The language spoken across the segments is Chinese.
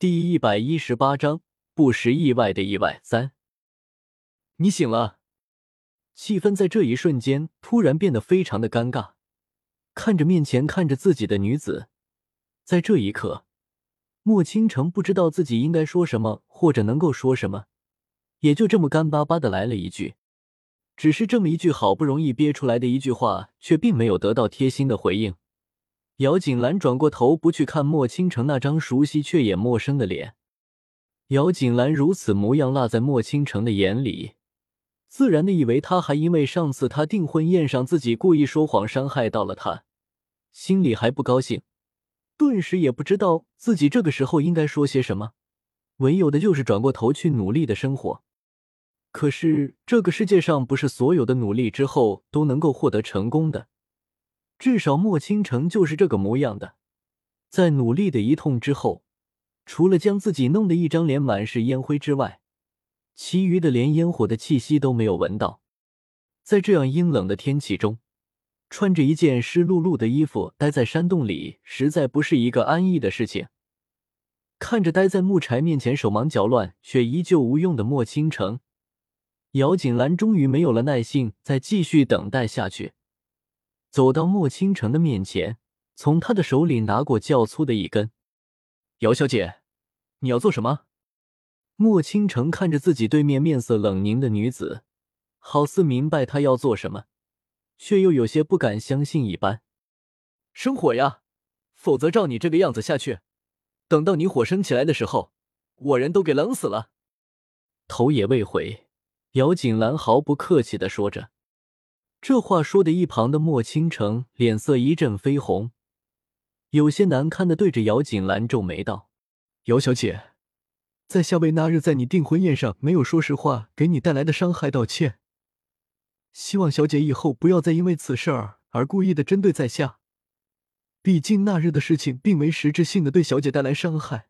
第118章不时意外的意外3。你醒了。气氛在这一瞬间突然变得非常的尴尬。看着面前看着自己的女子，在这一刻，莫倾城不知道自己应该说什么，或者能够说什么，也就这么干巴巴的来了一句。只是这么一句好不容易憋出来的一句话，却并没有得到贴心的回应。姚锦兰转过头，不去看莫倾城那张熟悉却也陌生的脸。姚锦兰如此模样落在莫倾城的眼里，自然的以为他还因为上次他订婚宴上自己故意说谎伤害到了他，心里还不高兴，顿时也不知道自己这个时候应该说些什么，唯有的就是转过头去努力的生活。可是这个世界上不是所有的努力之后都能够获得成功的。至少莫倾城就是这个模样的，在努力的一通之后，除了将自己弄得一张脸满是烟灰之外，其余的连烟火的气息都没有闻到。在这样阴冷的天气中，穿着一件湿漉漉的衣服待在山洞里，实在不是一个安逸的事情。看着待在木柴面前手忙脚乱却依旧无用的莫倾城，姚锦兰终于没有了耐性再继续等待下去。走到莫倾城的面前，从他的手里拿过较粗的一根。姚小姐，你要做什么？莫倾城看着自己对面面色冷凝的女子，好似明白她要做什么，却又有些不敢相信一般。生火呀，否则照你这个样子下去，等到你火升起来的时候，我人都给冷死了。头也未回，姚锦兰毫不客气地说着。这话说的一旁的莫倾城脸色一阵绯红，有些难堪的对着姚锦兰皱眉道：姚小姐，在下为那日在你订婚宴上没有说实话给你带来的伤害道歉，希望小姐以后不要再因为此事而故意的针对在下，毕竟那日的事情并没实质性的对小姐带来伤害。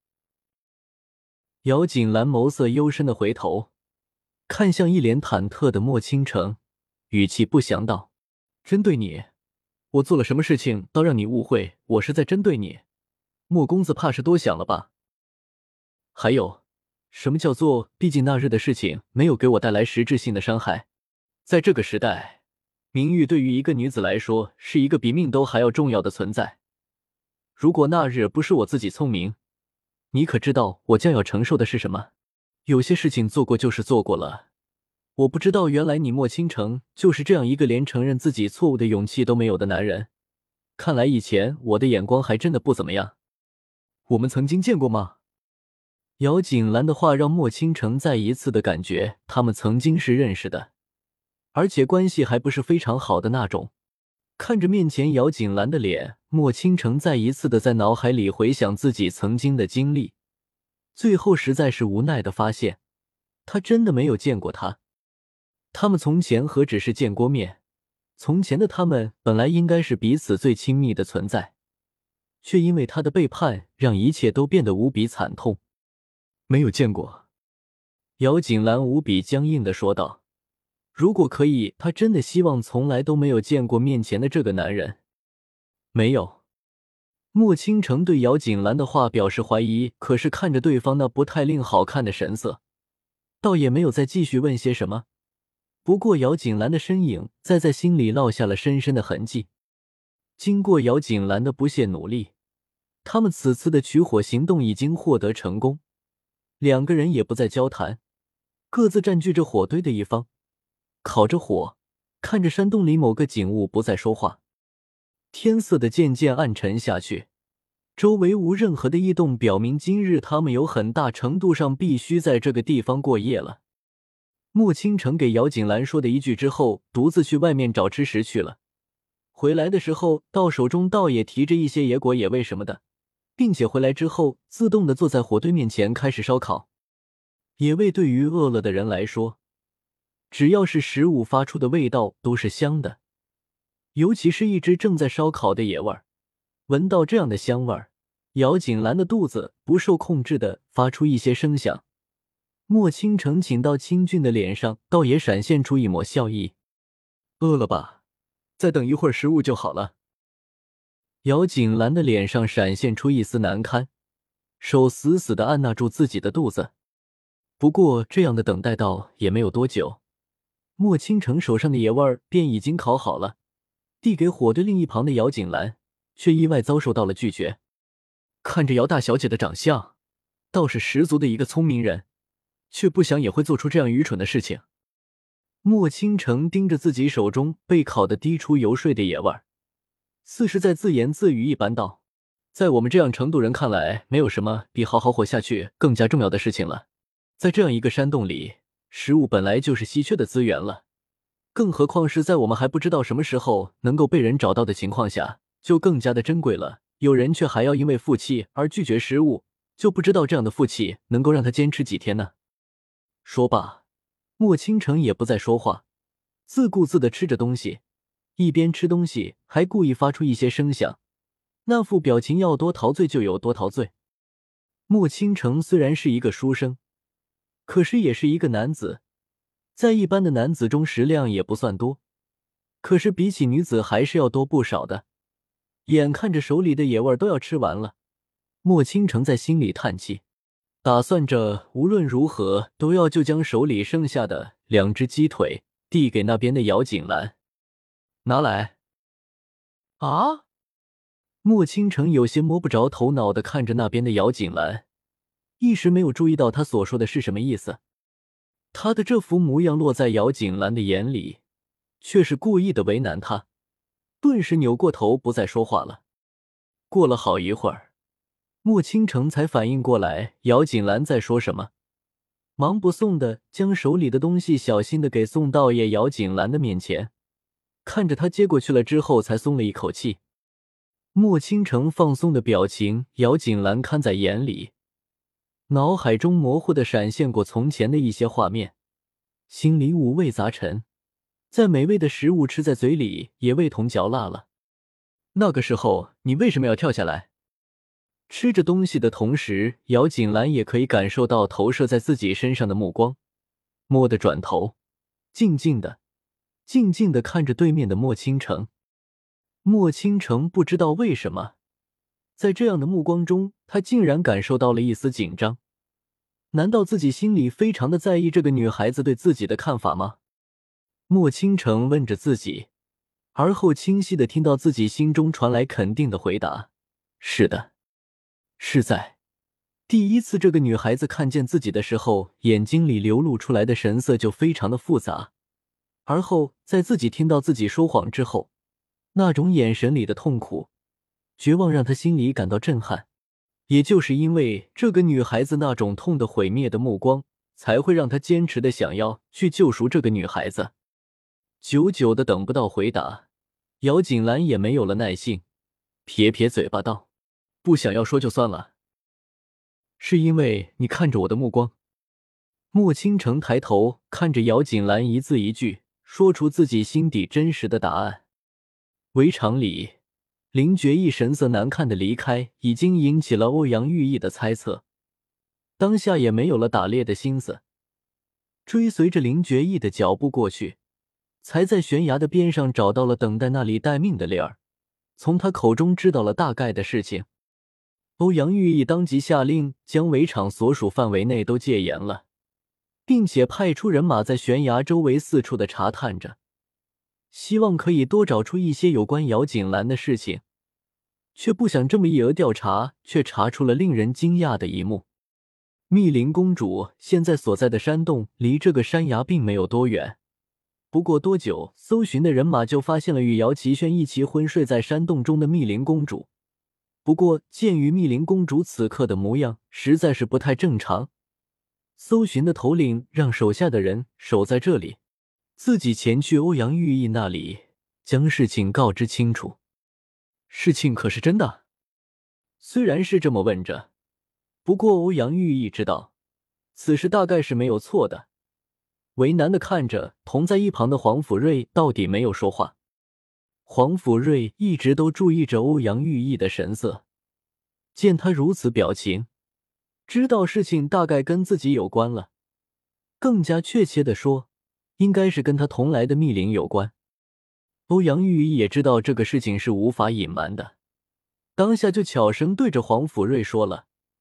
姚锦兰眸色幽深的回头看向一脸忐忑的莫倾城，语气不详道：针对你？我做了什么事情倒让你误会我是在针对你？莫公子怕是多想了吧？还有，什么叫做毕竟那日的事情没有给我带来实质性的伤害？在这个时代，名誉对于一个女子来说是一个比命都还要重要的存在。如果那日不是我自己聪明，你可知道我将要承受的是什么？有些事情做过就是做过了，我不知道原来你莫倾城就是这样一个连承认自己错误的勇气都没有的男人。看来以前我的眼光还真的不怎么样。我们曾经见过吗？姚锦兰的话让莫倾城再一次的感觉他们曾经是认识的，而且关系还不是非常好的那种。看着面前姚锦兰的脸，莫倾城再一次的在脑海里回想自己曾经的经历，最后实在是无奈的发现，他真的没有见过她。他们从前何止是见过面，从前的他们本来应该是彼此最亲密的存在，却因为他的背叛让一切都变得无比惨痛。没有见过。姚锦兰无比僵硬地说道，如果可以，她真的希望从来都没有见过面前的这个男人。没有。莫倾城对姚锦兰的话表示怀疑，可是看着对方那不太令好看的神色，倒也没有再继续问些什么。不过姚锦兰的身影在心里烙下了深深的痕迹。经过姚锦兰的不懈努力，他们此次的取火行动已经获得成功。两个人也不再交谈，各自占据着火堆的一方，烤着火，看着山洞里某个景物不再说话。天色的渐渐暗沉下去，周围无任何的异动，表明今日他们有很大程度上必须在这个地方过夜了。莫倾城给姚锦兰说的一句之后，独自去外面找吃食去了。回来的时候，到手中倒也提着一些野果野味什么的，并且回来之后自动地坐在火堆面前开始烧烤。野味对于饿了的人来说，只要是食物发出的味道都是香的，尤其是一只正在烧烤的野味，闻到这样的香味，姚锦兰的肚子不受控制地发出一些声响。莫倾城请到清俊的脸上倒也闪现出一抹笑意。饿了吧？再等一会儿食物就好了。姚锦兰的脸上闪现出一丝难堪， 手死死地按捺住自己的肚子。不过这样的等待到也没有多久，莫倾城手上的野味儿便已经烤好了，递给火堆另一旁的姚锦兰，却意外遭受到了拒绝。看着姚大小姐的长相，倒是十足的一个聪明人，却不想也会做出这样愚蠢的事情。莫倾城盯着自己手中被烤得滴出油水的野味儿，似是在自言自语一般道：在我们这样成都人看来，没有什么比好好活下去更加重要的事情了。在这样一个山洞里，食物本来就是稀缺的资源了，更何况是在我们还不知道什么时候能够被人找到的情况下，就更加的珍贵了。有人却还要因为负气而拒绝食物，就不知道这样的负气能够让他坚持几天呢？说罢，莫倾城也不再说话，自顾自地吃着东西，一边吃东西还故意发出一些声响，那副表情要多陶醉就有多陶醉。莫倾城虽然是一个书生，可是也是一个男子，在一般的男子中食量也不算多，可是比起女子还是要多不少的。眼看着手里的野味都要吃完了，莫倾城在心里叹气，打算着无论如何都要就将手里剩下的2只鸡腿递给那边的姚锦兰。拿来。啊！莫倾城有些摸不着头脑地看着那边的姚锦兰，一时没有注意到他所说的是什么意思。他的这副模样落在姚锦兰的眼里，却是故意的为难他，顿时扭过头不再说话了。过了好一会儿，莫倾城才反应过来姚锦兰在说什么，忙不送的将手里的东西小心的给送到姚锦兰的面前，看着他接过去了之后才松了一口气。莫倾城放松的表情，姚锦兰看在眼里，脑海中模糊的闪现过从前的一些画面，心里五味杂陈，再美味的食物吃在嘴里也味同嚼蜡了。那个时候你为什么要跳下来？吃着东西的同时，姚锦兰也可以感受到投射在自己身上的目光，蓦地转头，静静地看着对面的莫倾城。莫倾城不知道为什么，在这样的目光中，他竟然感受到了一丝紧张。难道自己心里非常的在意这个女孩子对自己的看法吗？莫倾城问着自己，而后清晰地听到自己心中传来肯定的回答：是的。是在第一次这个女孩子看见自己的时候，眼睛里流露出来的神色就非常的复杂，而后在自己听到自己说谎之后，那种眼神里的痛苦绝望让他心里感到震撼。也就是因为这个女孩子那种痛的毁灭的目光，才会让他坚持的想要去救赎这个女孩子。久久的等不到回答，姚锦兰也没有了耐性，撇撇嘴巴道：不想要说就算了。是因为你看着我的目光。莫倾城抬头看着姚锦兰，一字一句说出自己心底真实的答案。围场里，林觉义神色难看的离开，已经引起了欧阳玉意的猜测，当下也没有了打猎的心思，追随着林觉义的脚步过去，才在悬崖的边上找到了等待那里待命的猎儿，从他口中知道了大概的事情。欧阳玉意当即下令将围场所属范围内都戒严了，并且派出人马在悬崖周围四处的查探着，希望可以多找出一些有关姚锦兰的事情，却不想这么一调查，却查出了令人惊讶的一幕。密林公主现在所在的山洞离这个山崖并没有多远，不过多久，搜寻的人马就发现了与姚奇轩一起昏睡在山洞中的密林公主。不过鉴于密林公主此刻的模样实在是不太正常，搜寻的头领让手下的人守在这里，自己前去欧阳玉意那里将事情告知清楚。事情可是真的？虽然是这么问着，不过欧阳玉意知道此事大概是没有错的，为难地看着同在一旁的黄甫瑞，到底没有说话。黄甫瑞一直都注意着欧阳玉意的神色，见他如此表情，知道事情大概跟自己有关了，更加确切地说，应该是跟他同来的密林有关。欧阳玉意也知道这个事情是无法隐瞒的，当下就悄声对着黄甫瑞说了，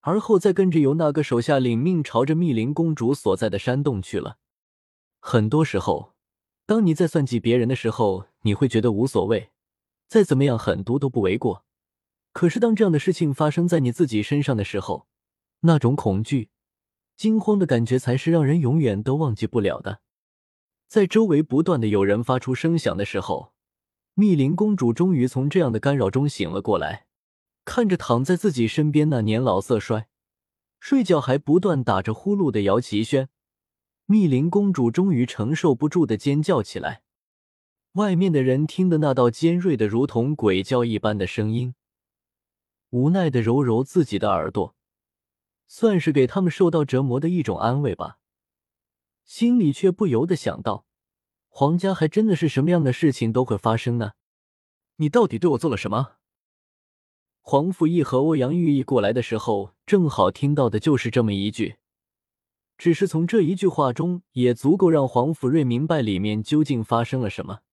而后再跟着由那个手下领命朝着密林公主所在的山洞去了。很多时候，当你在算计别人的时候，你会觉得无所谓，再怎么样狠毒都不为过。可是当这样的事情发生在你自己身上的时候，那种恐惧、惊慌的感觉才是让人永远都忘记不了的。在周围不断的有人发出声响的时候，密林公主终于从这样的干扰中醒了过来，看着躺在自己身边那年老色衰、睡觉还不断打着呼噜的姚奇轩，密林公主终于承受不住的尖叫起来。外面的人听得那道尖锐的如同鬼叫一般的声音，无奈地揉揉自己的耳朵，算是给他们受到折磨的一种安慰吧。心里却不由得想到，皇家还真的是什么样的事情都会发生呢？你到底对我做了什么？黄甫义和欧阳玉意过来的时候，正好听到的就是这么一句。只是从这一句话中，也足够让黄甫瑞明白里面究竟发生了什么。